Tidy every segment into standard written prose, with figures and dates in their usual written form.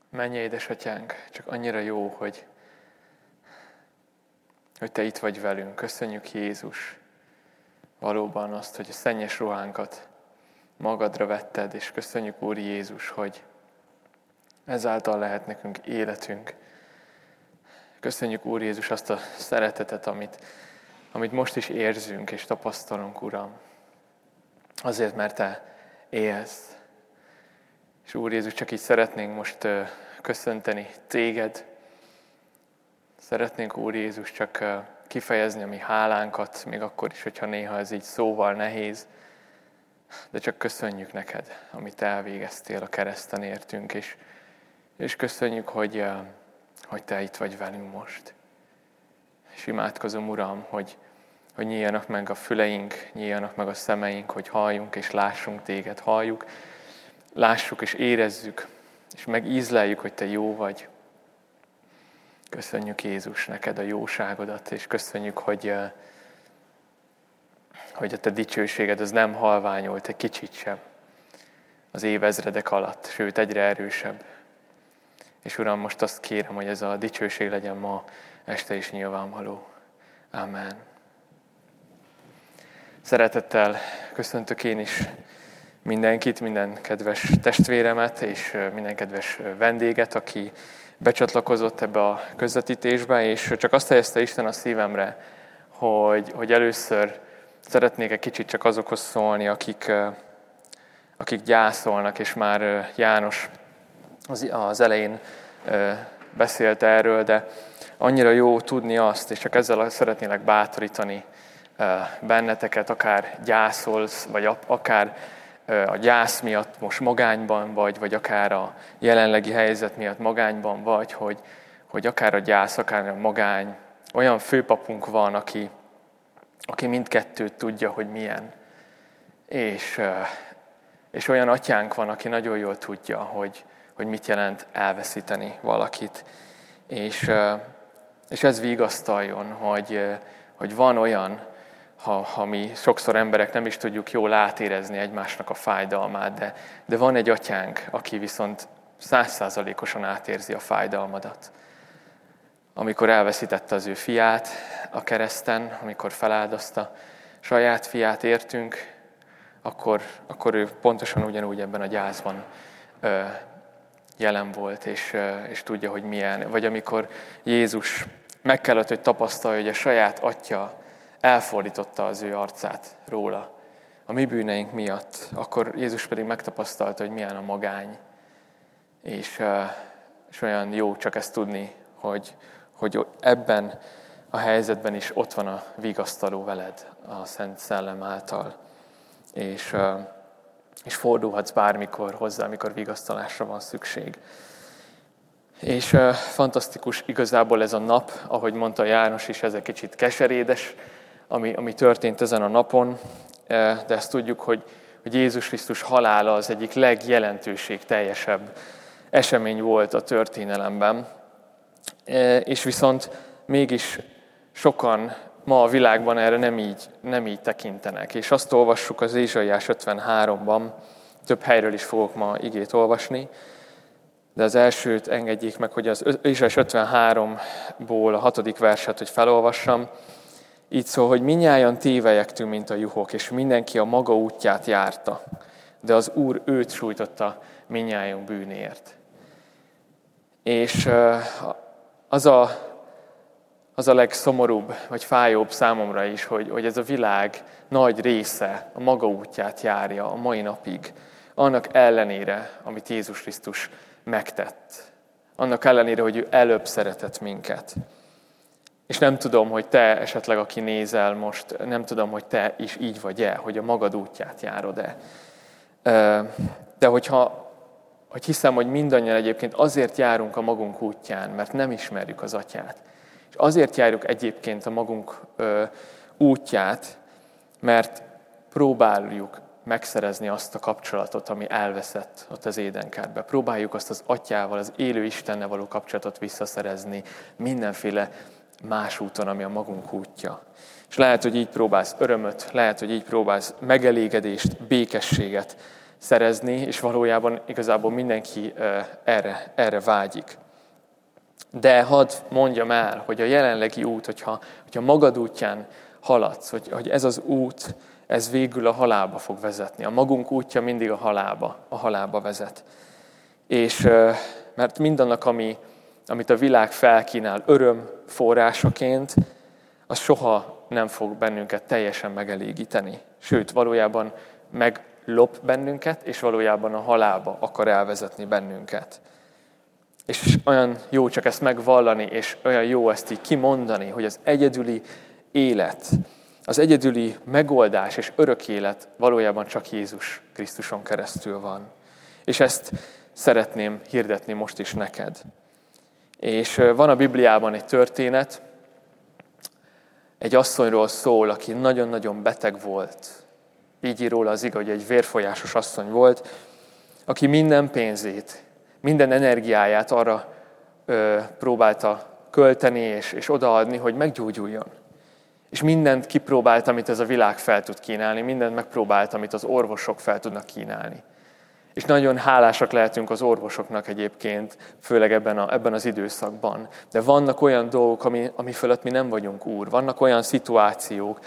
Mennyei édesatyánk, csak annyira jó, hogy Te itt vagy velünk. Köszönjük, Jézus, valóban azt, hogy a szennyes ruhánkat magadra vetted, és köszönjük, Úr Jézus, hogy ezáltal lehet nekünk életünk. Köszönjük, Úr Jézus, azt a szeretetet, amit most is érzünk és tapasztalunk, Uram. Azért, mert Te élsz. És Úr Jézus, csak így szeretnénk most köszönteni Téged. Szeretnénk, Úr Jézus, csak kifejezni a mi hálánkat, még akkor is, hogyha néha ez így szóval nehéz. De csak köszönjük neked, amit elvégeztél a kereszten értünk, és köszönjük, hogy Te itt vagy velünk most. És imádkozom, Uram, hogy nyíljanak meg a füleink, nyíljanak meg a szemeink, hogy halljunk és lássunk Téged, halljuk, lássuk és érezzük, és megízleljük, hogy Te jó vagy. Köszönjük, Jézus, neked a jóságodat, és köszönjük, hogy a Te dicsőséged az nem halványult egy kicsit sem az évezredek alatt, sőt egyre erősebb. És Uram, most azt kérem, hogy ez a dicsőség legyen ma este is nyilvánvaló. Amen. Szeretettel köszöntök én is mindenkit, minden kedves testvéremet és minden kedves vendéget, aki becsatlakozott ebbe a közvetítésbe, és csak azt helyezte Isten a szívemre, hogy először szeretnék egy kicsit csak azokhoz szólni, akik gyászolnak, és már János az elején beszélt erről, de annyira jó tudni azt, és csak ezzel szeretnélek bátorítani benneteket, akár gyászolsz, vagy akár a gyász miatt most magányban vagy akár a jelenlegi helyzet miatt magányban vagy, hogy akár a gyász, akár a magány, olyan főpapunk van, aki mindkettőt tudja, hogy milyen. És olyan atyánk van, aki nagyon jól tudja, hogy mit jelent elveszíteni valakit. És ez vigasztaljon, hogy van olyan, ha mi sokszor emberek nem is tudjuk jól átérezni egymásnak a fájdalmát, de van egy atyánk, aki viszont 100%-osan átérzi a fájdalmadat. Amikor elveszítette az ő fiát a kereszten, amikor feláldozta saját fiát értünk, akkor ő pontosan ugyanúgy ebben a gyászban jelen volt, és tudja, hogy milyen. Vagy amikor Jézus meg kellett, hogy tapasztalja, hogy a saját atya elfordította az ő arcát róla a mi bűneink miatt, akkor Jézus pedig megtapasztalta, hogy milyen a magány. És olyan jó csak ezt tudni, hogy ebben a helyzetben is ott van a vigasztaló veled a Szent Szellem által. És fordulhatsz bármikor hozzá, amikor vigasztalásra van szükség. És fantasztikus igazából ez a nap, ahogy mondta János is, ez egy kicsit keserédes, ami történt ezen a napon, de ezt tudjuk, hogy Jézus Krisztus halála az egyik legjelentőségteljesebb esemény volt a történelemben. És viszont mégis sokan ma a világban erre nem így tekintenek. És azt olvassuk az Ézsaiás 53-ban, több helyről is fogok ma igét olvasni, de az elsőt engedjék meg, hogy az Ézsaiás 53-ból a 6. verset, hogy felolvassam. Így szól, hogy mindnyájan tévelyegtünk, mint a juhok, és mindenki a maga útját járta, de az Úr őt sújtotta mindnyájunk bűnéért. És az a legszomorúbb, vagy fájóbb számomra is, hogy ez a világ nagy része a maga útját járja a mai napig, annak ellenére, amit Jézus Krisztus megtett. Annak ellenére, hogy ő előbb szeretett minket. És nem tudom, hogy te esetleg, aki nézel most, nem tudom, hogy te is így vagy-e, hogy a magad útját járod-e. De hogy hiszem, hogy mindannyian egyébként azért járunk a magunk útján, mert nem ismerjük az Atyát. És azért járjuk egyébként a magunk útját, mert próbáljuk megszerezni azt a kapcsolatot, ami elveszett ott az Édenkertben. Próbáljuk azt az Atyával, az élő Istennel való kapcsolatot visszaszerezni mindenféle más úton, ami a magunk útja. És lehet, hogy így próbálsz örömöt, lehet, hogy így próbálsz megelégedést, békességet szerezni, és valójában igazából mindenki erre vágyik. De hadd mondjam el, hogy a jelenlegi út, hogyha magad útján haladsz, hogy ez az út, ez végül a halálba fog vezetni. A magunk útja mindig a halálba vezet. És mert mindannak, amit a világ felkínál öröm forrásaként, az soha nem fog bennünket teljesen megelégíteni. Sőt, valójában meglop bennünket, és valójában a halálba akar elvezetni bennünket. És olyan jó csak ezt megvallani, és olyan jó ezt így kimondani, hogy az egyedüli élet, az egyedüli megoldás és örök élet valójában csak Jézus Krisztuson keresztül van. És ezt szeretném hirdetni most is neked. És van a Bibliában egy történet, egy asszonyról szól, aki nagyon-nagyon beteg volt. Így ír róla az ige, hogy egy vérfolyásos asszony volt, aki minden pénzét, minden energiáját arra próbálta költeni és odaadni, hogy meggyógyuljon. És mindent kipróbált, amit ez a világ fel tud kínálni, mindent megpróbált, amit az orvosok fel tudnak kínálni. És nagyon hálásak lehetünk az orvosoknak egyébként, főleg ebben az időszakban. De vannak olyan dolgok, ami fölött mi nem vagyunk úr. Vannak olyan szituációk,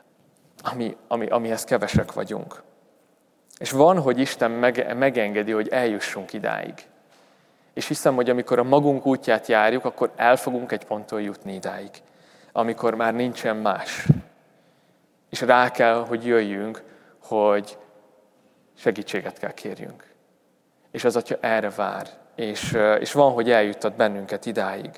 amihez kevesek vagyunk. És van, hogy Isten megengedi, hogy eljussunk idáig. És hiszem, hogy amikor a magunk útját járjuk, akkor el fogunk egy ponttól jutni idáig. Amikor már nincsen más. És rá kell, hogy jöjjünk, hogy segítséget kell kérjünk. És az Atya erre vár. És van, hogy eljuttat bennünket idáig.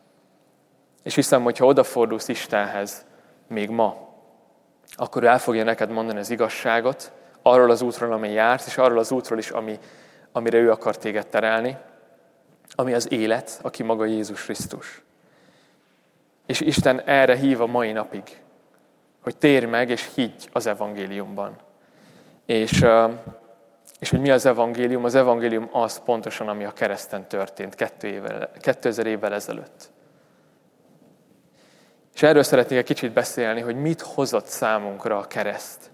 És hiszem, hogyha odafordulsz Istenhez még ma, akkor el fogja neked mondani az igazságot, arról az útról, amin jársz, és arról az útról is, amire ő akar téged terelni, ami az élet, aki maga Jézus Krisztus. És Isten erre hív a mai napig, hogy térj meg, és higgy az evangéliumban. És hogy mi az evangélium? Az evangélium az pontosan, ami a kereszten történt 2000 évvel ezelőtt. És erről szeretnék egy kicsit beszélni, hogy mit hozott számunkra a kereszt.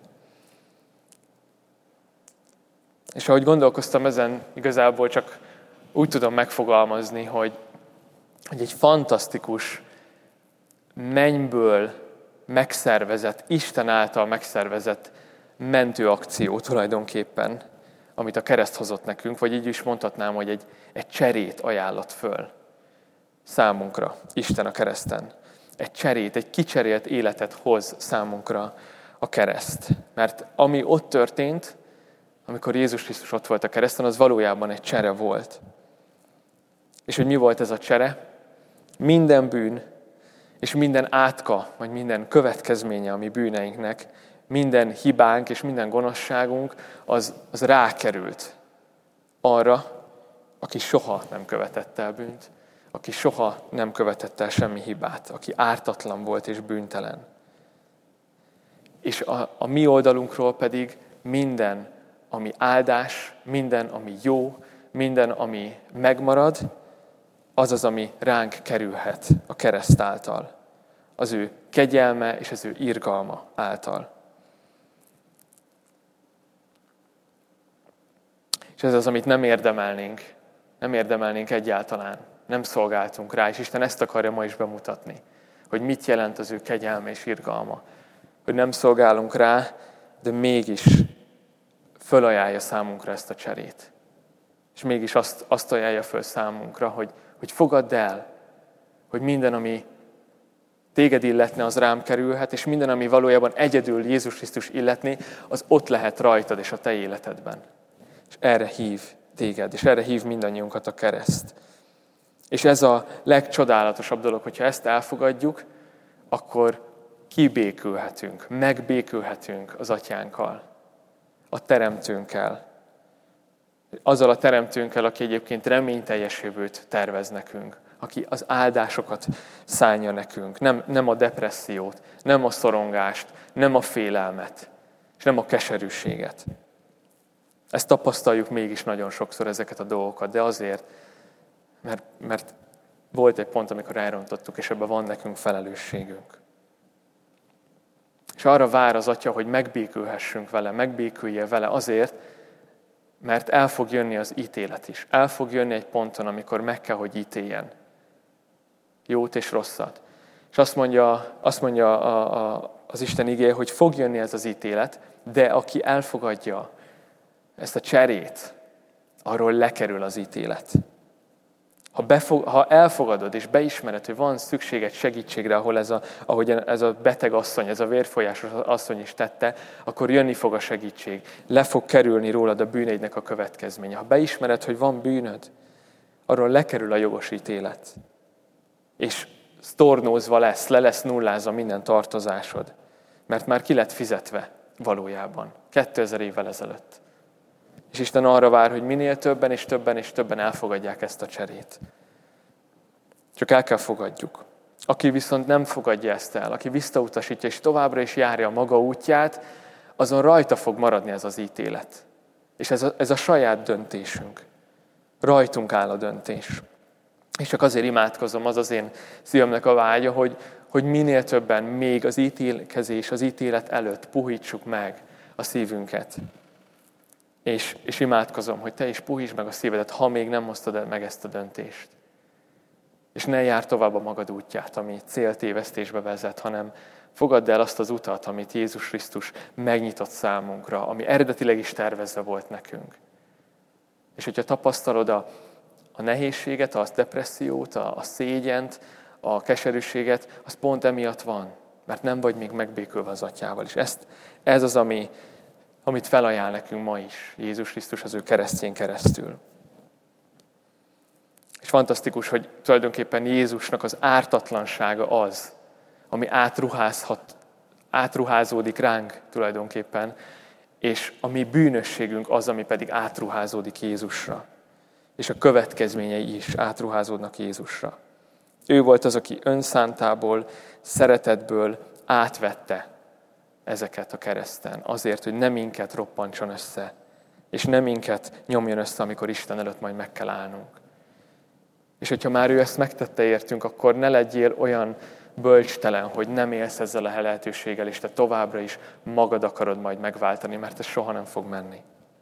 És ahogy gondolkoztam ezen, igazából csak úgy tudom megfogalmazni, hogy egy fantasztikus, mennyből megszervezett, Isten által megszervezett mentőakció tulajdonképpen, amit a kereszt hozott nekünk, vagy így is mondhatnám, hogy egy cserét ajánlott föl számunkra, Isten a kereszten. Egy cserét, egy kicserélt életet hoz számunkra a kereszt. Mert ami ott történt, amikor Jézus Krisztus ott volt a kereszten, az valójában egy csere volt. És hogy mi volt ez a csere? Minden bűn, és minden átka, vagy minden következménye a mi bűneinknek, minden hibánk és minden gonoszságunk, az rákerült arra, aki soha nem követett el bűnt, aki soha nem követett el semmi hibát, aki ártatlan volt és bűntelen. És a mi oldalunkról pedig minden, ami áldás, minden, ami jó, minden, ami megmarad, az, ami ránk kerülhet a kereszt által. Az ő kegyelme és az ő irgalma által. És ez az, amit nem érdemelnénk egyáltalán. Nem szolgáltunk rá, és Isten ezt akarja ma is bemutatni, hogy mit jelent az ő kegyelme és irgalma. Hogy nem szolgálunk rá, de mégis fölajánlja számunkra ezt a cserét. És mégis azt ajánlja föl számunkra, hogy fogadd el, hogy minden, ami téged illetne, az rám kerülhet, és minden, ami valójában egyedül Jézus Krisztus illetné, az ott lehet rajtad és a te életedben. És erre hív téged, és erre hív mindannyiunkat a kereszt. És ez a legcsodálatosabb dolog, hogyha ezt elfogadjuk, akkor kibékülhetünk, megbékülhetünk az Atyánkkal, a Teremtőnkkel. Azzal a Teremtőnkkel, aki egyébként reményteljes jövőt tervez nekünk, aki az áldásokat szánja nekünk, nem a depressziót, nem a szorongást, nem a félelmet, és nem a keserűséget. Ezt tapasztaljuk mégis nagyon sokszor ezeket a dolgokat, de azért, mert volt egy pont, amikor elrontottuk, és ebben van nekünk felelősségünk. És arra vár az Atya, hogy megbékülhessünk vele, megbékülje vele azért, Mert el fog jönni az ítélet is. El fog jönni egy ponton, amikor meg kell, hogy ítéljen. Jót és rosszat. És azt mondja az Isten igéje, hogy fog jönni ez az ítélet, de aki elfogadja ezt a cserét, arról lekerül az ítélet. Ha elfogadod és beismered, hogy van szükséged segítségre, ahogy ez a beteg asszony, ez a vérfolyásos asszony is tette, akkor jönni fog a segítség. Le fog kerülni rólad a bűneidnek a következménye. Ha beismered, hogy van bűnöd, arról lekerül a jogos ítélet. És sztornózva lesz, le lesz nullázva minden tartozásod. Mert már ki lett fizetve valójában, 2000 évvel ezelőtt. És Isten arra vár, hogy minél többen és többen és többen elfogadják ezt a cserét. Csak el kell fogadjuk. Aki viszont nem fogadja ezt el, aki visszautasítja és továbbra is járja a maga útját, azon rajta fog maradni ez az ítélet. És ez a saját döntésünk. Rajtunk áll a döntés. És csak azért imádkozom, az én szívemnek a vágya, hogy minél többen még az ítélkezés, az ítélet előtt puhítsuk meg a szívünket. És imádkozom, hogy te is puhítsd meg a szívedet, ha még nem hoztad meg ezt a döntést. És ne jár tovább a magad útját, ami céltévesztésbe vezet, hanem fogadd el azt az utat, amit Jézus Krisztus megnyitott számunkra, ami eredetileg is tervezve volt nekünk. És hogyha tapasztalod a nehézséget, a depressziót, a szégyent, a keserűséget, az pont emiatt van, mert nem vagy még megbékülve az Atyával. És ez az, amit felajánl nekünk ma is Jézus Krisztus az ő keresztjén keresztül. És fantasztikus, hogy tulajdonképpen Jézusnak az ártatlansága az, ami átruházódik ránk tulajdonképpen, és a mi bűnösségünk az, ami pedig átruházódik Jézusra. És a következményei is átruházódnak Jézusra. Ő volt az, aki önszántából, szeretetből átvette ezeket a kereszten, azért, hogy nem minket roppantson össze, és nem minket nyomjon össze, amikor Isten előtt majd meg kell állnunk. És hogyha már ő ezt megtette értünk, akkor ne legyél olyan bölcstelen, hogy nem élsz ezzel a lehetőséggel, és te továbbra is magad akarod majd megváltani, mert ez soha nem fog menni.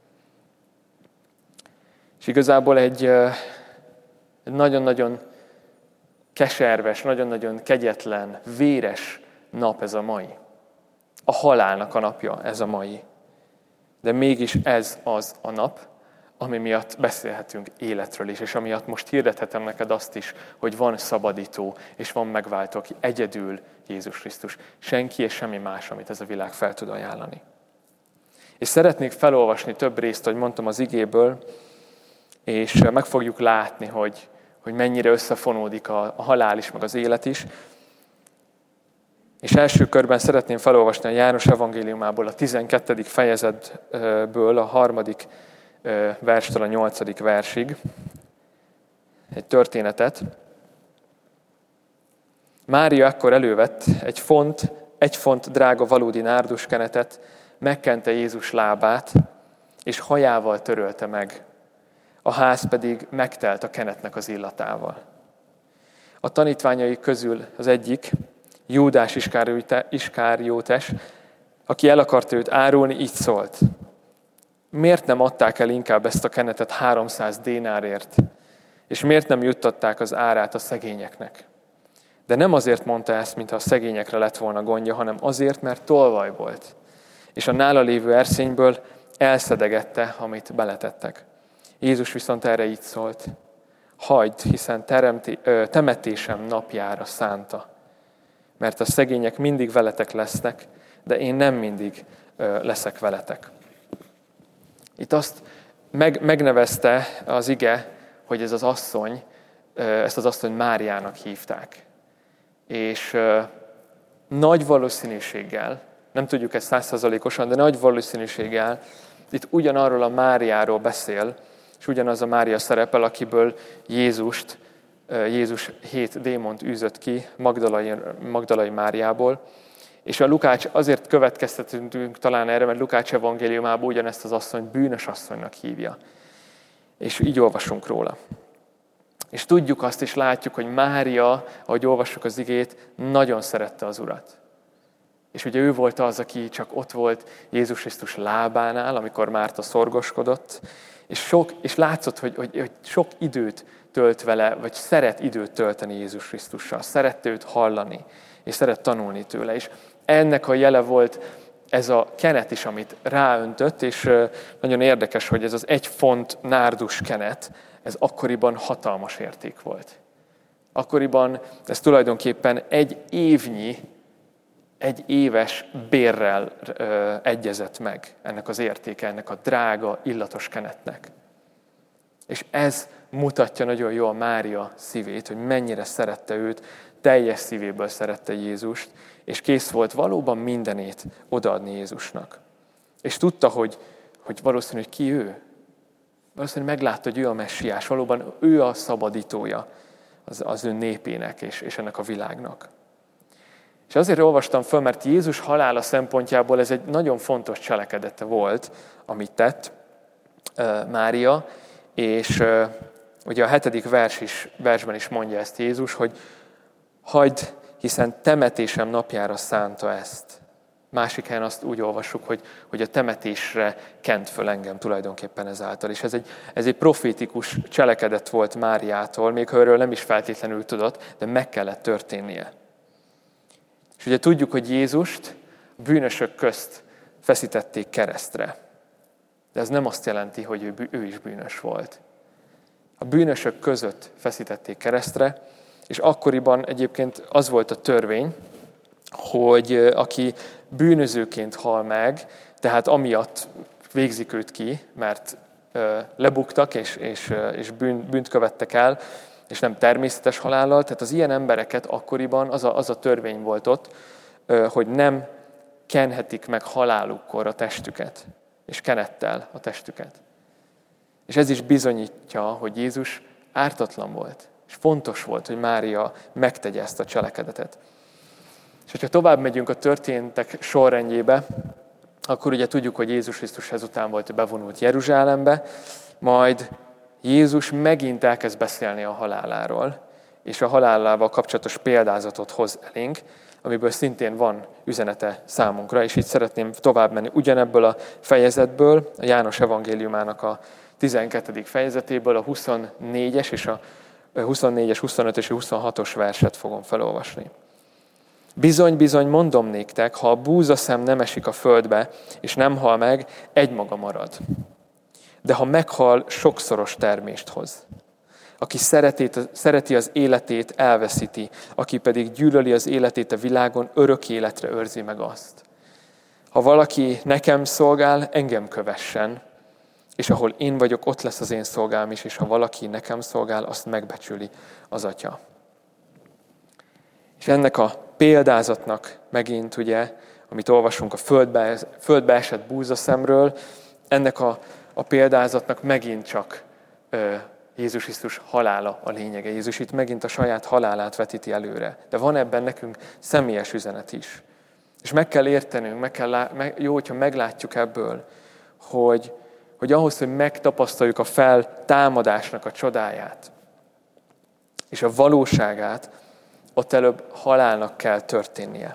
És igazából egy nagyon-nagyon keserves, nagyon-nagyon kegyetlen, véres nap ez a mai. A halálnak a napja ez a mai. De mégis ez az a nap, ami miatt beszélhetünk életről is, és amiatt most hirdethetem neked azt is, hogy van szabadító, és van megváltó, aki egyedül Jézus Krisztus. Senki és semmi más, amit ez a világ fel tud ajánlani. És szeretnék felolvasni több részt, ahogy mondtam az igéből, és meg fogjuk látni, hogy mennyire összefonódik a halál is, meg az élet is. És első körben szeretném felolvasni a János evangéliumából, a 12. fejezetből, a 3. verstől a 8. versig egy történetet. Mária ekkor elővett egy font drága valódi nárduskenetet, megkente Jézus lábát, és hajával törölte meg. A ház pedig megtelt a kenetnek az illatával. A tanítványai közül az egyik, Júdás Iskáriótes, aki el akarta őt árulni, így szólt. Miért nem adták el inkább ezt a kenetet 300 dénárért, és miért nem juttatták az árát a szegényeknek? De nem azért mondta ezt, mintha a szegényekre lett volna gondja, hanem azért, mert tolvaj volt, és a nála lévő erszényből elszedegette, amit beletettek. Jézus viszont erre így szólt, hagyd, hiszen temetésem napjára szánta, mert a szegények mindig veletek lesznek, de én nem mindig leszek veletek. Itt azt megnevezte az ige, hogy ez az asszony, ezt az asszony Máriának hívták. És nagy valószínűséggel, nem tudjuk ezt 100%-osan, de nagy valószínűséggel itt ugyanarról a Máriáról beszél, és ugyanaz a Mária szerepel, akiből Jézus 7 démont űzött ki Magdalai Máriából. És a Lukács, azért következtetünk talán erre, mert Lukács evangéliumában ugyanezt az asszonyt bűnös asszonynak hívja. És így olvasunk róla. És tudjuk azt is, látjuk, hogy Mária, ahogy olvassuk az igét, nagyon szerette az Urat. És ugye ő volt az, aki csak ott volt Jézus Krisztus lábánál, amikor Márta szorgoskodott, és látszott, hogy sok időt tölt vele, vagy szeret időt tölteni Jézus Krisztussal. Szerette őt hallani, és szeret tanulni tőle. És ennek a jele volt ez a kenet is, amit ráöntött, és nagyon érdekes, hogy ez az 1 font nárdus kenet, ez akkoriban hatalmas érték volt. Akkoriban ez tulajdonképpen egy éves bérrel egyezett meg ennek az értéke, ennek a drága, illatos kenetnek. És ez mutatja nagyon jól Mária szívét, hogy mennyire szerette őt, teljes szívéből szerette Jézust, és kész volt valóban mindenét odaadni Jézusnak. És tudta, hogy valószínű, hogy ki ő. Valószínűleg meglátta, hogy ő a messiás, valóban ő a szabadítója az ő népének és ennek a világnak. És azért olvastam föl, mert Jézus halála szempontjából ez egy nagyon fontos cselekedete volt, amit tett Mária, és ugye a 7. versben is mondja ezt Jézus, hogy hagyd, hiszen temetésem napjára szánta ezt. Másik helyen azt úgy olvassuk, hogy a temetésre kent föl engem tulajdonképpen ezáltal. És ez egy profétikus cselekedet volt Máriától, még ha erről nem is feltétlenül tudott, de meg kellett történnie. És ugye tudjuk, hogy Jézust a bűnösök közt feszítették keresztre. De ez nem azt jelenti, hogy ő is bűnös volt. A bűnösök között feszítették keresztre, és akkoriban egyébként az volt a törvény, hogy aki bűnözőként hal meg, tehát amiatt végzik őt ki, mert lebuktak és bűnt követtek el, és nem természetes halállal, tehát az ilyen embereket akkoriban az a törvény volt ott, hogy nem kenhetik meg halálukkor a testüket, és kenettel a testüket. És ez is bizonyítja, hogy Jézus ártatlan volt, és fontos volt, hogy Mária megtegye ezt a cselekedetet. És hogyha tovább megyünk a történtek sorrendjébe, akkor ugye tudjuk, hogy Jézus Krisztus ezután volt bevonult Jeruzsálembe, majd Jézus megint elkezd beszélni a haláláról, és a halálával kapcsolatos példázatot hoz elénk, amiből szintén van üzenete számunkra, és így szeretném tovább menni ugyanebből a fejezetből, a János evangéliumának a 12. fejezetéből a 24-es, 25-ös és 26-os verset fogom felolvasni. Bizony, bizony, mondom néktek, ha a búzaszem nem esik a földbe, és nem hal meg, egymaga marad. De ha meghal, sokszoros termést hoz. Aki szereti az életét, elveszíti, aki pedig gyűlöli az életét a világon, örök életre őrzi meg azt. Ha valaki nekem szolgál, engem kövessen, és ahol én vagyok, ott lesz az én szolgám is, és ha valaki nekem szolgál, azt megbecsüli az Atya. És ennek a példázatnak megint, ugye, amit olvasunk a földbe esett búzaszemről, ennek a példázatnak megint csak Jézus Krisztus halála a lényege. Jézus itt megint a saját halálát vetíti előre. De van ebben nekünk személyes üzenet is. És meg kell értenünk, jó, hogyha meglátjuk ebből, hogy ahhoz, hogy megtapasztaljuk a feltámadásnak a csodáját, és a valóságát, ott előbb halálnak kell történnie.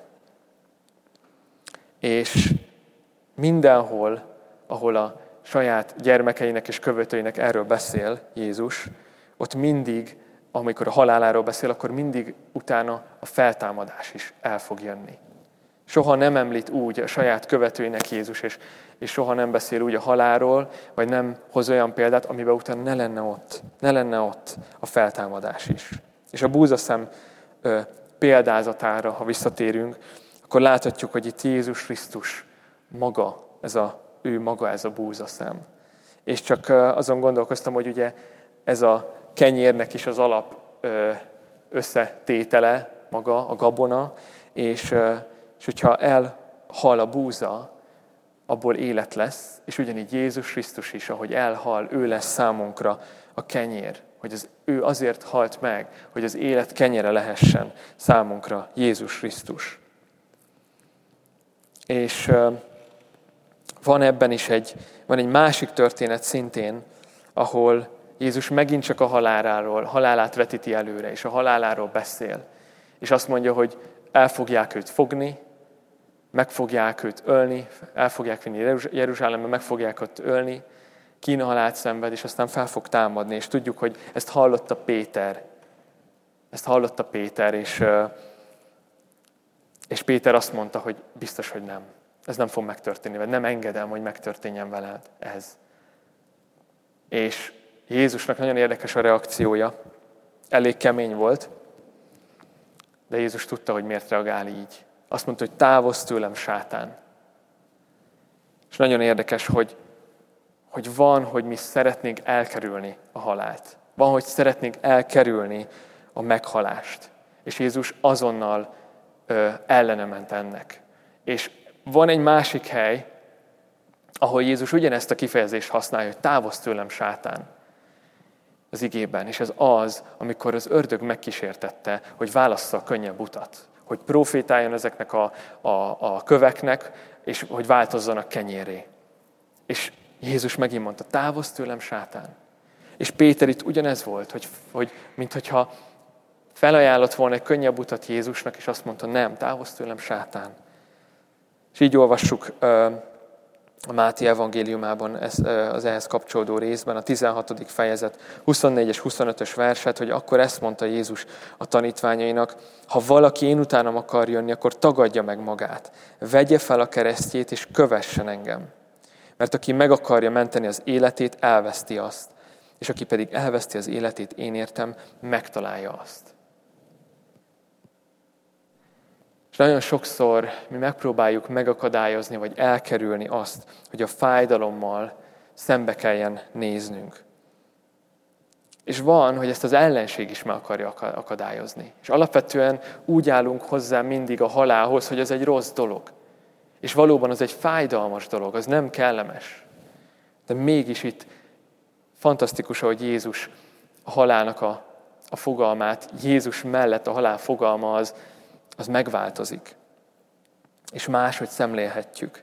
És mindenhol, ahol a saját gyermekeinek és követőinek erről beszél Jézus, ott mindig, amikor a haláláról beszél, akkor mindig utána a feltámadás is el fog jönni. Soha nem említ úgy a saját követőinek Jézus, és soha nem beszél úgy a halálról, vagy nem hoz olyan példát, amiben utána ne lenne ott a feltámadás is. És a búzaszem példázatára, ha visszatérünk, akkor láthatjuk, hogy itt Jézus Krisztus maga, ő maga ez a búzaszem. És csak azon gondolkoztam, hogy ugye ez a kenyérnek is az alap összetétele maga, a gabona, és hogyha elhal a búza, abból élet lesz, és ugyanígy Jézus Krisztus is, ahogy elhal, ő lesz számunkra a kenyér, hogy ő azért halt meg, hogy az élet kenyere lehessen számunkra Jézus Krisztus. És van ebben is van egy másik történet szintén, ahol Jézus megint csak a halálát vetíti előre, és a haláláról beszél. És azt mondja, hogy el fogják őt fogni, meg fogják őt ölni, el fogják vinni Jeruzsálembe, meg fogják ott ölni, kínhalált szenved, és aztán fel fog támadni. És tudjuk, hogy ezt hallotta Péter. És Péter azt mondta, hogy biztos, hogy nem. Ez nem fog megtörténni, vagy nem engedem, hogy megtörténjen veled ez. És Jézusnak nagyon érdekes a reakciója. Elég kemény volt, de Jézus tudta, hogy miért reagál így. Azt mondta, hogy távozz tőlem, sátán. És nagyon érdekes, hogy van, hogy mi szeretnénk elkerülni a halált. Van, hogy szeretnénk elkerülni a meghalást. És Jézus azonnal ellene ment ennek. És van egy másik hely, ahol Jézus ugyanezt a kifejezést használja, hogy távozz tőlem, sátán, az igében. És ez az, amikor az ördög megkísértette, hogy válassza a könnyebb utat. Hogy profétáljon ezeknek a köveknek, és hogy változzanak kenyérré. És Jézus megint mondta, távozz tőlem, sátán. És Péter itt ugyanez volt, hogy minthogyha felajánlott volna egy könnyebb utat Jézusnak, és azt mondta, nem, távozz tőlem, sátán. És így olvassuk a Máté evangéliumában az ehhez kapcsolódó részben, a 16. fejezet 24 és 25-ös verset, hogy akkor ezt mondta Jézus a tanítványainak, ha valaki én utánam akar jönni, akkor tagadja meg magát, vegye fel a keresztjét és kövessen engem. Mert aki meg akarja menteni az életét, elveszti azt, és aki pedig elveszti az életét, én értem, megtalálja azt. És nagyon sokszor mi megpróbáljuk megakadályozni, vagy elkerülni azt, hogy a fájdalommal szembe kelljen néznünk. És van, hogy ezt az ellenség is meg akarja akadályozni. És alapvetően úgy állunk hozzá mindig a halálhoz, hogy ez egy rossz dolog. És valóban az egy fájdalmas dolog, az nem kellemes. De mégis itt fantasztikus, hogy Jézus a halálnak a fogalmát, Jézus mellett a halál fogalma az megváltozik. És máshogy szemlélhetjük.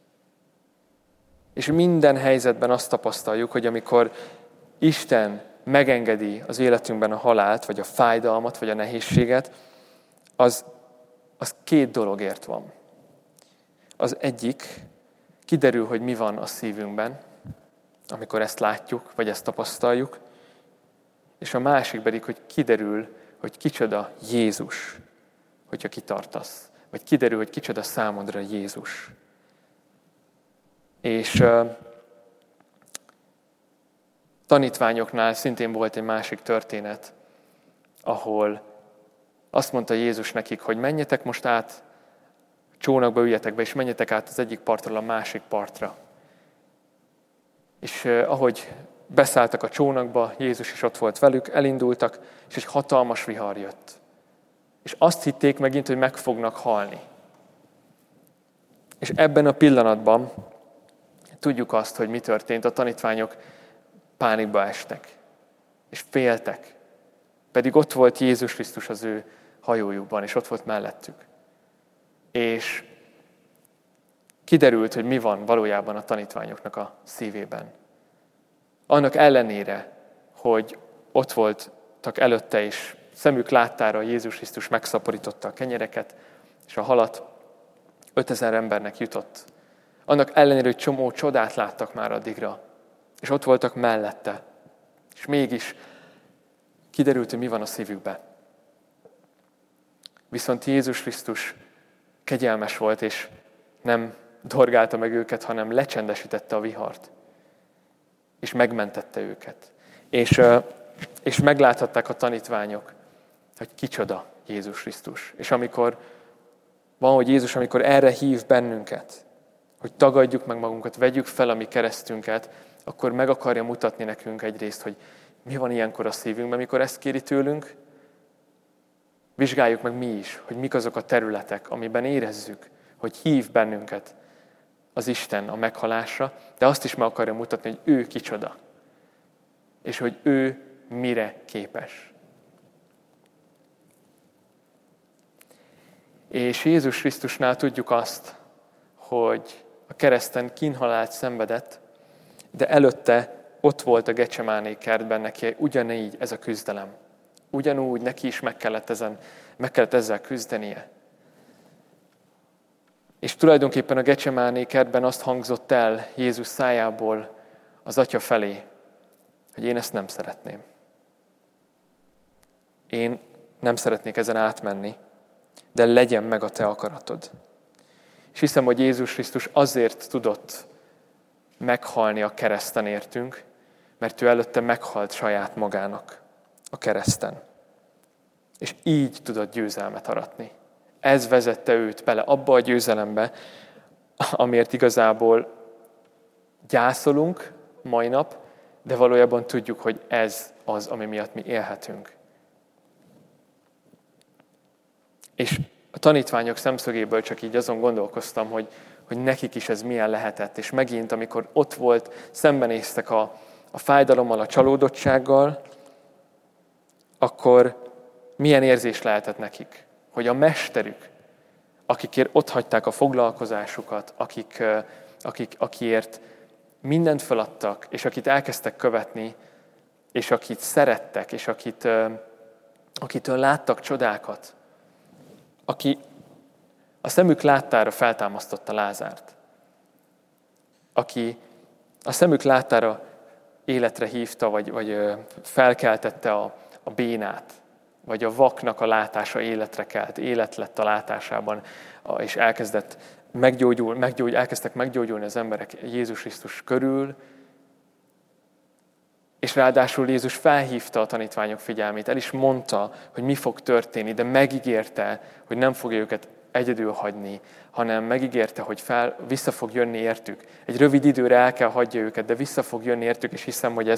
És minden helyzetben azt tapasztaljuk, hogy amikor Isten megengedi az életünkben a halált, vagy a fájdalmat, vagy a nehézséget, az két dologért van. Az egyik, kiderül, hogy mi van a szívünkben, amikor ezt látjuk, vagy ezt tapasztaljuk, és a másik pedig, hogy kiderül, hogy kicsoda Jézus, hogyha kitartasz. Vagy kiderül, hogy kicsoda számodra Jézus. És tanítványoknál szintén volt egy másik történet, ahol azt mondta Jézus nekik, hogy menjetek most át, csónakba üljetek be, és menjetek át az egyik partról a másik partra. És ahogy beszálltak a csónakba, Jézus is ott volt velük, elindultak, és egy hatalmas vihar jött. És azt hitték megint, hogy meg fognak halni. És ebben a pillanatban tudjuk azt, hogy mi történt. A tanítványok pánikba estek, és féltek. Pedig ott volt Jézus Krisztus az ő hajójukban, és ott volt mellettük. És kiderült, hogy mi van valójában a tanítványoknak a szívében. Annak ellenére, hogy ott voltak előtte is, szemük láttára Jézus Krisztus megszaporította a kenyereket, és a halat 5000 embernek jutott. Annak ellenére, hogy csomó csodát láttak már addigra, és ott voltak mellette. És mégis kiderült, hogy mi van a szívükben. Viszont Jézus Krisztus kegyelmes volt, és nem dorgálta meg őket, hanem lecsendesítette a vihart. És megmentette őket. És megláthatták a tanítványok, hogy kicsoda Jézus Krisztus. És amikor Jézus erre hív bennünket, hogy tagadjuk meg magunkat, vegyük fel a mi keresztünket, akkor meg akarja mutatni nekünk egyrészt, hogy mi van ilyenkor a szívünkben, mikor ezt kéri tőlünk. Vizsgáljuk meg mi is, hogy mik azok a területek, amiben érezzük, hogy hív bennünket az Isten a meghalásra, de azt is meg akarja mutatni, hogy ő kicsoda, és hogy ő mire képes. És Jézus Krisztusnál tudjuk azt, hogy a kereszten kínhalált szenvedett, de előtte ott volt a Gecsemáné kertben neki ugyanígy ez a küzdelem. Ugyanúgy neki is meg kellett ezzel küzdenie. És tulajdonképpen a Gecsemáné kertben azt hangzott el Jézus szájából az Atya felé, hogy én ezt nem szeretném. Én nem szeretnék ezen átmenni, de legyen meg a te akaratod. És hiszem, hogy Jézus Krisztus azért tudott meghalni a kereszten értünk, mert ő előtte meghalt saját magának a kereszten. És így tudott győzelmet aratni. Ez vezette őt bele abba a győzelembe, amiért igazából gyászolunk mai nap, de valójában tudjuk, hogy ez az, ami miatt mi élhetünk. És a tanítványok szemszögéből csak így azon gondolkoztam, hogy nekik is ez milyen lehetett. És megint, amikor ott volt, szembenéztek a fájdalommal, a csalódottsággal, akkor milyen érzés lehetett nekik, hogy a mesterük, akikért otthagyták a foglalkozásukat, akiért mindent feladtak, és akit elkezdtek követni, és akit szerettek, és akitől láttak csodákat, aki a szemük láttára feltámasztotta Lázárt, aki a szemük láttára életre hívta, vagy felkeltette a bénát, vagy a vaknak a látása életre kelt, élet lett a látásában, és elkezdtek meggyógyulni az emberek Jézus Krisztus körül, és ráadásul Jézus felhívta a tanítványok figyelmét, el is mondta, hogy mi fog történni, de megígérte, hogy nem fogja őket egyedül hagyni, hanem megígérte, hogy vissza fog jönni értük. Egy rövid időre el kell hagyja őket, de vissza fog jönni értük, és hiszem, hogy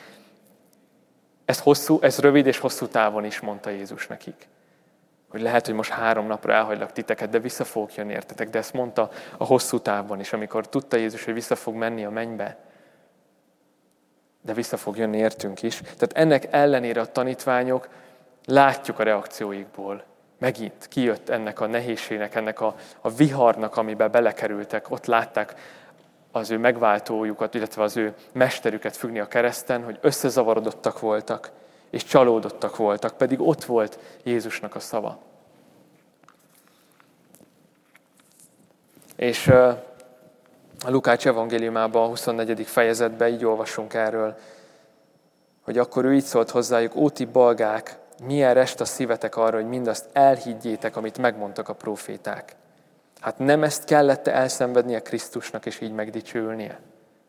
ez rövid és hosszú távon is mondta Jézus nekik. Hogy lehet, hogy most 3 napra elhagylak titeket, de vissza fogok jönni értetek. De ezt mondta a hosszú távon is, amikor tudta Jézus, hogy vissza fog menni a mennybe. De vissza fog jönni értünk is. Tehát ennek ellenére a tanítványok, látjuk a reakcióikból, megint kijött ennek a nehézségnek, ennek a viharnak, amiben belekerültek. Ott látták az ő megváltójukat, illetve az ő mesterüket függni a kereszten, hogy összezavarodottak voltak, és csalódottak voltak, pedig ott volt Jézusnak a szava. És a Lukács evangéliumában, a 24. fejezetben így olvasunk erről, hogy akkor ő így szólt hozzájuk: ó, ti balgák, milyen rest a szívetek arra, hogy mindazt elhiggyétek, amit megmondtak a próféták. Hát nem ezt kellett elszenvednie Krisztusnak, és így megdicsőülnie?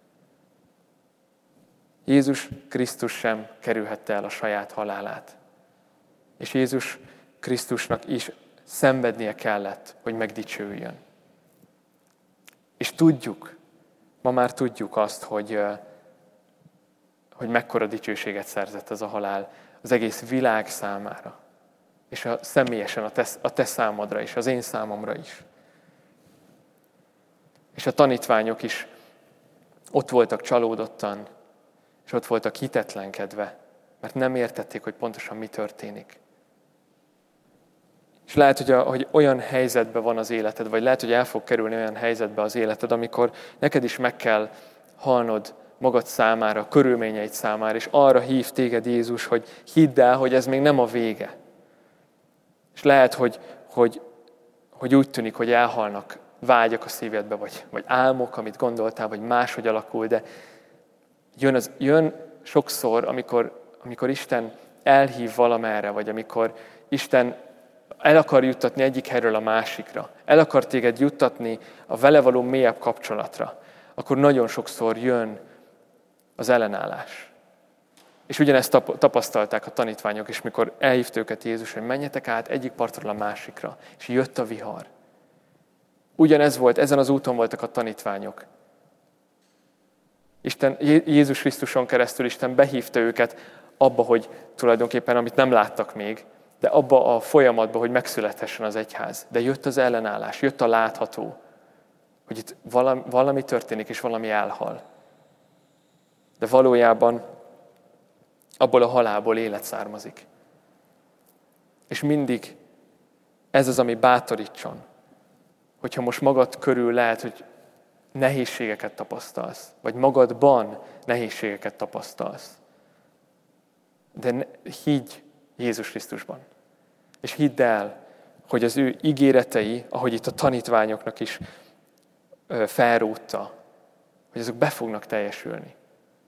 Jézus Krisztus sem kerülhette el a saját halálát. És Jézus Krisztusnak is szenvednie kellett, hogy megdicsőüljön. És ma már tudjuk azt, hogy mekkora dicsőséget szerzett ez a halál az egész világ számára. És személyesen a te számodra is, az én számomra is. És a tanítványok is ott voltak csalódottan, és ott voltak hitetlenkedve, mert nem értették, hogy pontosan mi történik. És lehet, hogy olyan helyzetben van az életed, vagy lehet, hogy el fog kerülni olyan helyzetbe az életed, amikor neked is meg kell halnod magad számára, a körülményeid számára, és arra hív téged Jézus, hogy hidd el, hogy ez még nem a vége. És lehet, hogy úgy tűnik, hogy elhalnak vágyak a szívedbe, vagy álmok, amit gondoltál, vagy máshogy alakul, de jön sokszor, amikor Isten elhív valamerre, vagy amikor Isten el akar juttatni egyik helyről a másikra, el akar téged juttatni a vele való mélyebb kapcsolatra, akkor nagyon sokszor jön az ellenállás. És ugyanezt tapasztalták a tanítványok is, mikor elhívta őket Jézus, hogy menjetek át egyik partról a másikra, és jött a vihar. Ugyanez volt, ezen az úton voltak a tanítványok. Jézus Krisztuson keresztül Isten behívta őket abba, hogy tulajdonképpen, amit nem láttak még, de abba a folyamatba, hogy megszülethessen az egyház. De jött az ellenállás, jött a látható, hogy itt valami történik, és valami elhal. De valójában abból a halálból élet származik. És mindig ez az, ami bátorítson, hogyha most magad körül lehet, hogy nehézségeket tapasztalsz, vagy magadban nehézségeket tapasztalsz. De higgy Jézus Krisztusban. És hidd el, hogy az ő ígéretei, ahogy itt a tanítványoknak is felrótta, hogy azok be fognak teljesülni.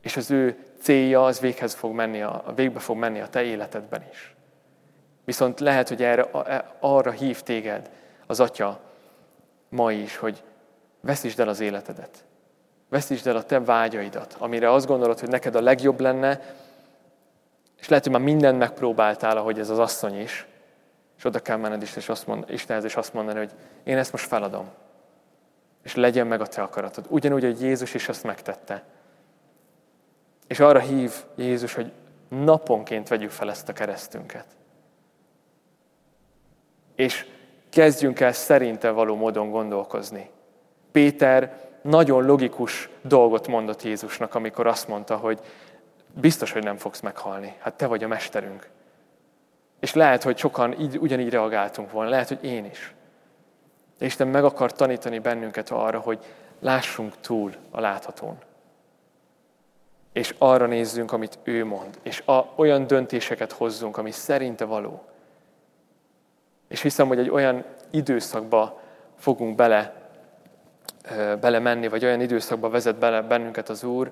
És az ő célja az végbe fog menni a te életedben is. Viszont lehet, hogy arra hív téged az Atya ma is, hogy veszítsd el az életedet. Veszítsd el a te vágyaidat, amire azt gondolod, hogy neked a legjobb lenne, és lehet, hogy már mindent megpróbáltál, ahogy ez az asszony is, és oda kell menned Istenhez, és azt mondani, hogy én ezt most feladom. És legyen meg a te akaratod. Ugyanúgy, hogy Jézus is ezt megtette. És arra hív Jézus, hogy naponként vegyük fel ezt a keresztünket. És kezdjünk el szerinte való módon gondolkozni. Péter nagyon logikus dolgot mondott Jézusnak, amikor azt mondta, hogy biztos, hogy nem fogsz meghalni. Hát te vagy a mesterünk. És lehet, hogy sokan ugyanígy reagáltunk volna, lehet, hogy én is. De Isten meg akar tanítani bennünket arra, hogy lássunk túl a láthatón. És arra nézzünk, amit ő mond. És olyan döntéseket hozzunk, ami szerinte való. És hiszem, hogy egy olyan időszakba fogunk bele menni, vagy olyan időszakba vezet bele bennünket az Úr,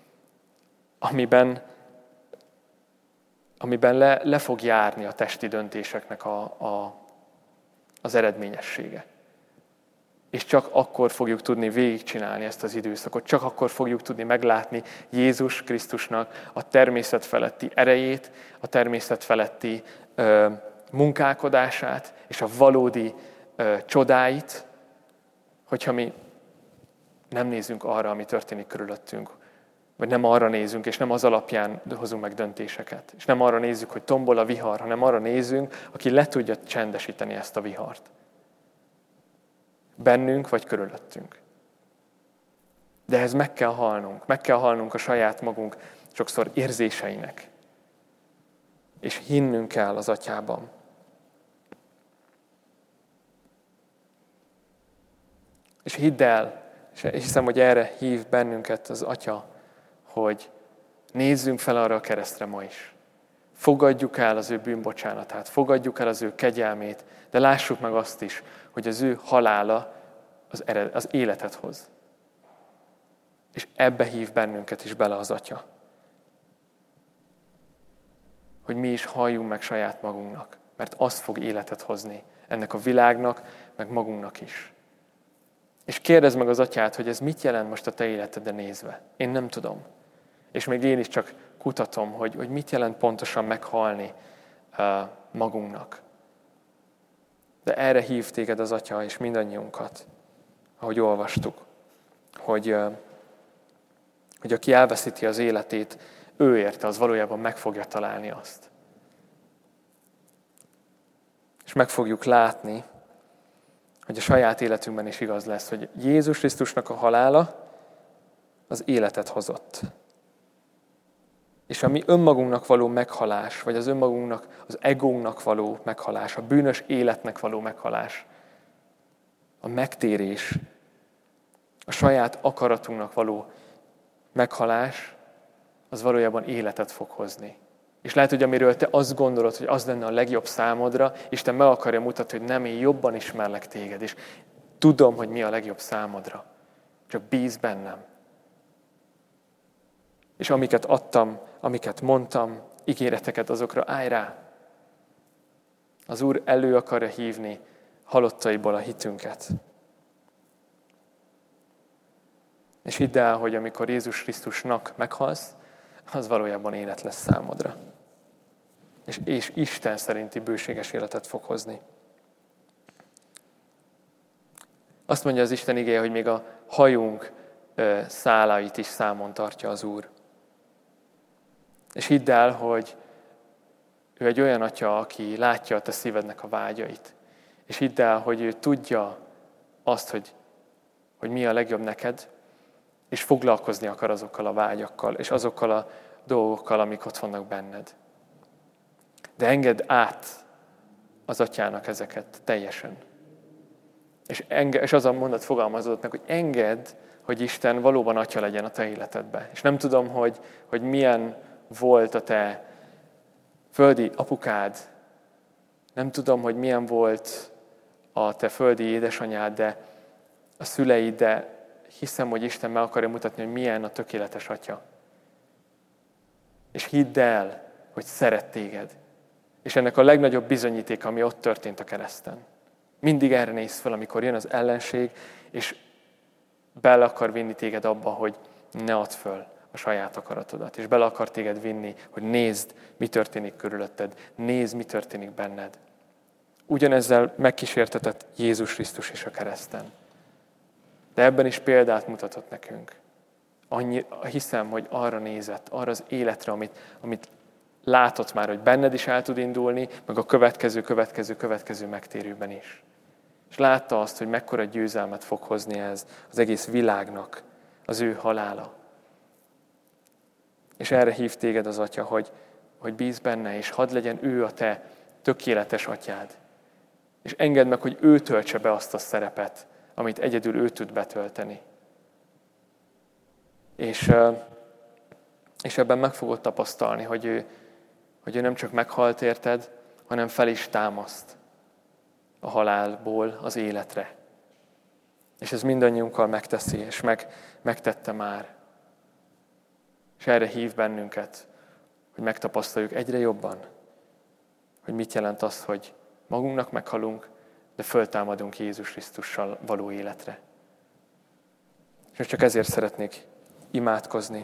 amiben le fog járni a testi döntéseknek az eredményessége. És csak akkor fogjuk tudni végigcsinálni ezt az időszakot, csak akkor fogjuk tudni meglátni Jézus Krisztusnak a természet feletti erejét, a természet feletti munkálkodását, és a valódi csodáit, hogyha mi nem nézünk arra, ami történik körülöttünk, vagy nem arra nézünk, és nem az alapján hozunk meg döntéseket. És nem arra nézzük, hogy tombol a vihar, hanem arra nézünk, aki le tudja csendesíteni ezt a vihart. Bennünk, vagy körülöttünk. De ehhez meg kell halnunk a saját magunk sokszor érzéseinek. És hinnünk kell az Atyában. És hidd el, és hiszem, hogy erre hív bennünket az Atya, hogy nézzünk fel arra a keresztre ma is. Fogadjuk el az ő bűnbocsánatát, fogadjuk el az ő kegyelmét, de lássuk meg azt is, hogy az ő halála az életet hoz. És ebbe hív bennünket is bele az Atya. Hogy mi is halljunk meg saját magunknak, mert az fog életet hozni ennek a világnak, meg magunknak is. És kérdezd meg az Atyát, hogy ez mit jelent most a te életedre nézve. Én nem tudom. És még én is csak kutatom, hogy mit jelent pontosan meghalni magunknak. De erre hív téged az Atya és mindannyiunkat, ahogy olvastuk, hogy aki elveszíti az életét, ő érte, az valójában meg fogja találni azt. És meg fogjuk látni, hogy a saját életünkben is igaz lesz, hogy Jézus Krisztusnak a halála az életet hozott. És a mi önmagunknak való meghalás, vagy az önmagunknak, az egónknak való meghalás, a bűnös életnek való meghalás, a megtérés, a saját akaratunknak való meghalás, az valójában életet fog hozni. És lehet, hogy amiről te azt gondolod, hogy az lenne a legjobb számodra, Isten meg akarja mutatni, hogy nem, én jobban ismerlek téged, és tudom, hogy mi a legjobb számodra. Csak bíz bennem. És amiket adtam, amiket mondtam, ígéreteket, azokra állj rá. Az Úr elő akarja hívni halottaiból a hitünket. És hidd el, hogy amikor Jézus Krisztusnak meghalsz, az valójában élet lesz számodra. És Isten szerinti bőséges életet fog hozni. Azt mondja az Isten igéje, hogy még a hajunk szálait is számon tartja az Úr. És hidd el, hogy ő egy olyan Atya, aki látja a te szívednek a vágyait. És hidd el, hogy ő tudja azt, hogy mi a legjobb neked, és foglalkozni akar azokkal a vágyakkal, és azokkal a dolgokkal, amik ott vannak benned. De engedd át az Atyának ezeket teljesen. És az a mondat fogalmazódott meg, hogy engedd, hogy Isten valóban Atya legyen a te életedben. És nem tudom, hogy milyen volt a te földi apukád, nem tudom, hogy milyen volt a te földi édesanyád, de a szüleid, de hiszem, hogy Isten meg akarja mutatni, hogy milyen a tökéletes Atya. És hidd el, hogy szeret téged. És ennek a legnagyobb bizonyítéka, ami ott történt a kereszten. Mindig erre néz fel, amikor jön az ellenség, és bele akar vinni téged abba, hogy ne add föl a saját akaratodat. És bele akar téged vinni, hogy nézd, mi történik körülötted. Nézd, mi történik benned. Ugyanezzel megkísértetett Jézus Krisztus is a kereszten. De ebben is példát mutatott nekünk. Hiszem, hogy arra nézett, arra az életre, amit látott már, hogy benned is el tud indulni, meg a következő megtérőben is. És látta azt, hogy mekkora győzelmet fog hozni ez az egész világnak, az ő halála. És erre hív téged az Atya, hogy bízz benne, és hadd legyen ő a te tökéletes atyád. És engedd meg, hogy ő töltse be azt a szerepet, amit egyedül ő tud betölteni. És ebben meg fogod tapasztalni, hogy ő nem csak meghalt érted, hanem fel is támaszt a halálból az életre. És ez mindannyiunkkal megteszi, és megtette már. És erre hív bennünket, hogy megtapasztaljuk egyre jobban, hogy mit jelent az, hogy magunknak meghalunk, de föltámadunk Jézus Krisztussal való életre. És csak ezért szeretnék imádkozni,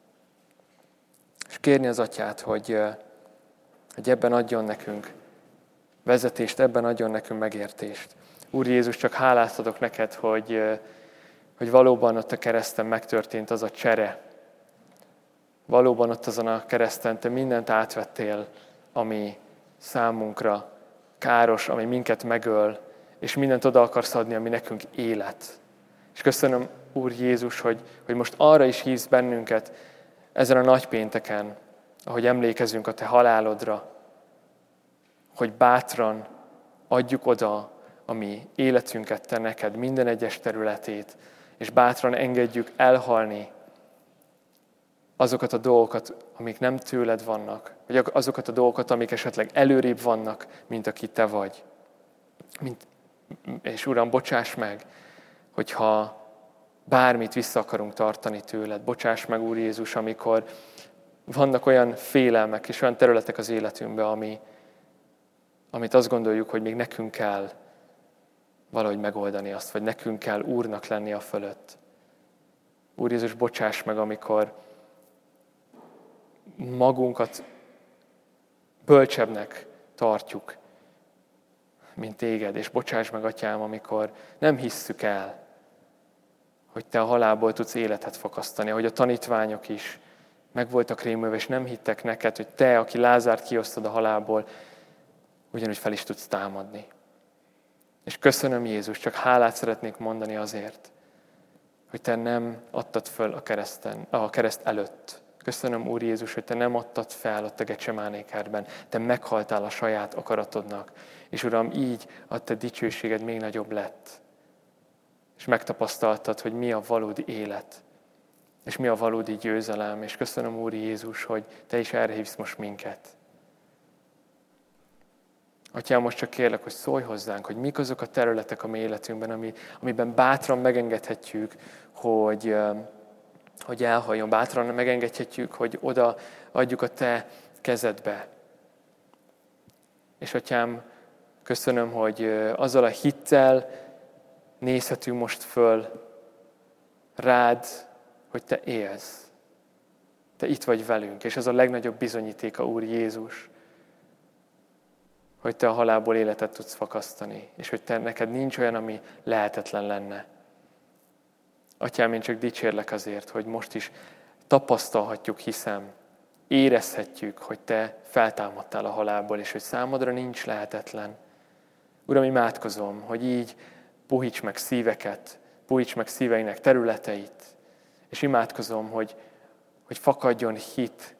és kérni az Atyát, hogy ebben adjon nekünk vezetést, ebben adjon nekünk megértést. Úr Jézus, csak hálát adok neked, hogy valóban ott a kereszten megtörtént az a csere. Valóban ott azon a kereszten te mindent átvettél, ami számunkra káros, ami minket megöl, és mindent oda akarsz adni, ami nekünk élet. És köszönöm, Úr Jézus, hogy most arra is hívsz bennünket ezen a nagypénteken, ahogy emlékezünk a te halálodra, hogy bátran adjuk oda a mi életünket te neked, minden egyes területét, és bátran engedjük elhalni azokat a dolgokat, amik nem tőled vannak, vagy azokat a dolgokat, amik esetleg előrébb vannak, mint aki te vagy. És Uram, bocsáss meg, hogyha bármit vissza akarunk tartani tőled. Bocsáss meg, Úr Jézus, amikor vannak olyan félelmek és olyan területek az életünkben, amit azt gondoljuk, hogy még nekünk kell valahogy megoldani azt, vagy nekünk kell Úrnak lenni a fölött. Úr Jézus, bocsáss meg, amikor magunkat bölcsebbnek tartjuk, mint téged, és bocsáss meg, Atyám, amikor nem hisszük el, hogy te a halálból tudsz életet fakasztani, ahogy a tanítványok is meg voltak rémülve, és nem hittek neked, hogy te, aki Lázárt kiosztod a halálból, ugyanúgy fel is tudsz támadni. És köszönöm, Jézus, csak hálát szeretnék mondani azért, hogy te nem adtad föl a kereszt előtt. Köszönöm, Úr Jézus, hogy te nem adtad fel ott a Gecsemáné kertben, te meghaltál a saját akaratodnak, és Uram, így a te dicsőséged még nagyobb lett. És megtapasztaltad, hogy mi a valódi élet, és mi a valódi győzelem, és köszönöm, Úr Jézus, hogy te is erre hívsz most minket. Atyám, most csak kérlek, hogy szólj hozzánk, hogy mik azok a területek a mi életünkben, amiben bátran megengedhetjük, hogy elhalljon. Bátran megengedhetjük, hogy oda adjuk a te kezedbe. És Atyám, köszönöm, hogy azzal a hittel nézhetünk most föl rád, hogy te élsz. Te itt vagy velünk, és ez a legnagyobb bizonyítéka, Úr Jézus, hogy te a halálból életet tudsz fakasztani, és hogy neked nincs olyan, ami lehetetlen lenne. Atyám, én csak dicsérlek azért, hogy most is tapasztalhatjuk, hiszem, érezhetjük, hogy te feltámadtál a halálból, és hogy számodra nincs lehetetlen. Uram, imádkozom, hogy így puhíts meg szíveket, puhíts meg szíveinek területeit, és imádkozom, hogy fakadjon hit,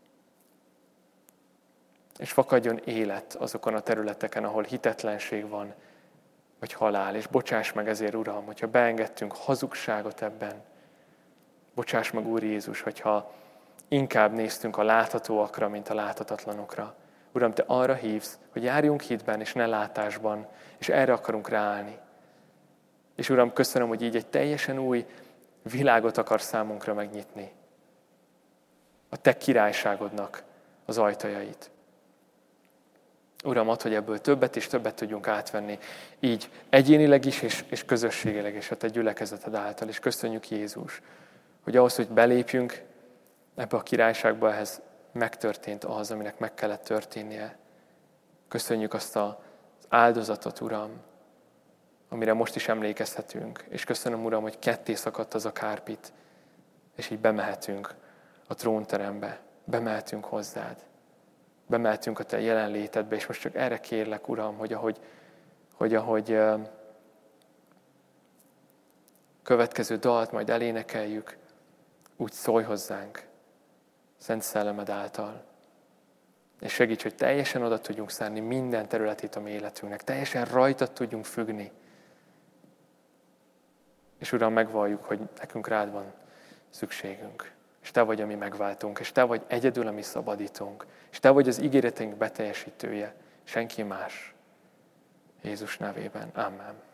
és fakadjon élet azokon a területeken, ahol hitetlenség van, vagy halál. És bocsáss meg ezért, Uram, hogyha beengedtünk hazugságot ebben. Bocsáss meg, Úr Jézus, hogyha inkább néztünk a láthatóakra, mint a láthatatlanokra. Uram, te arra hívsz, hogy járjunk hitben, és ne látásban, és erre akarunk ráállni. És Uram, köszönöm, hogy így egy teljesen új világot akar számunkra megnyitni. a Te királyságodnak az ajtajait. Uram, add, hogy ebből többet és többet tudjunk átvenni, így egyénileg is és közösségileg is a Te gyülekezeted által. És köszönjük, Jézus, hogy ahhoz, hogy belépjünk ebbe a királyságba, ehhez megtörtént az, aminek meg kellett történnie. Köszönjük azt az áldozatot, Uram, amire most is emlékezhetünk. És köszönöm, Uram, hogy ketté szakadt az a kárpit, és így bemehetünk a trónterembe, bemehetünk hozzád, bemehetünk a Te jelenlétedbe, és most csak erre kérlek, Uram, hogy ahogy következő dalt majd elénekeljük, úgy szólj hozzánk, Szent Szellemed által. És segíts, hogy teljesen oda tudjunk szánni minden területét a mi életünknek, teljesen rajtad tudjunk függni. És Uram, megvalljuk, hogy nekünk rád van szükségünk. És Te vagy a mi megváltunk, és Te vagy egyedül a mi szabadítónk, és Te vagy az ígéreteink beteljesítője, senki más. Jézus nevében. Amen.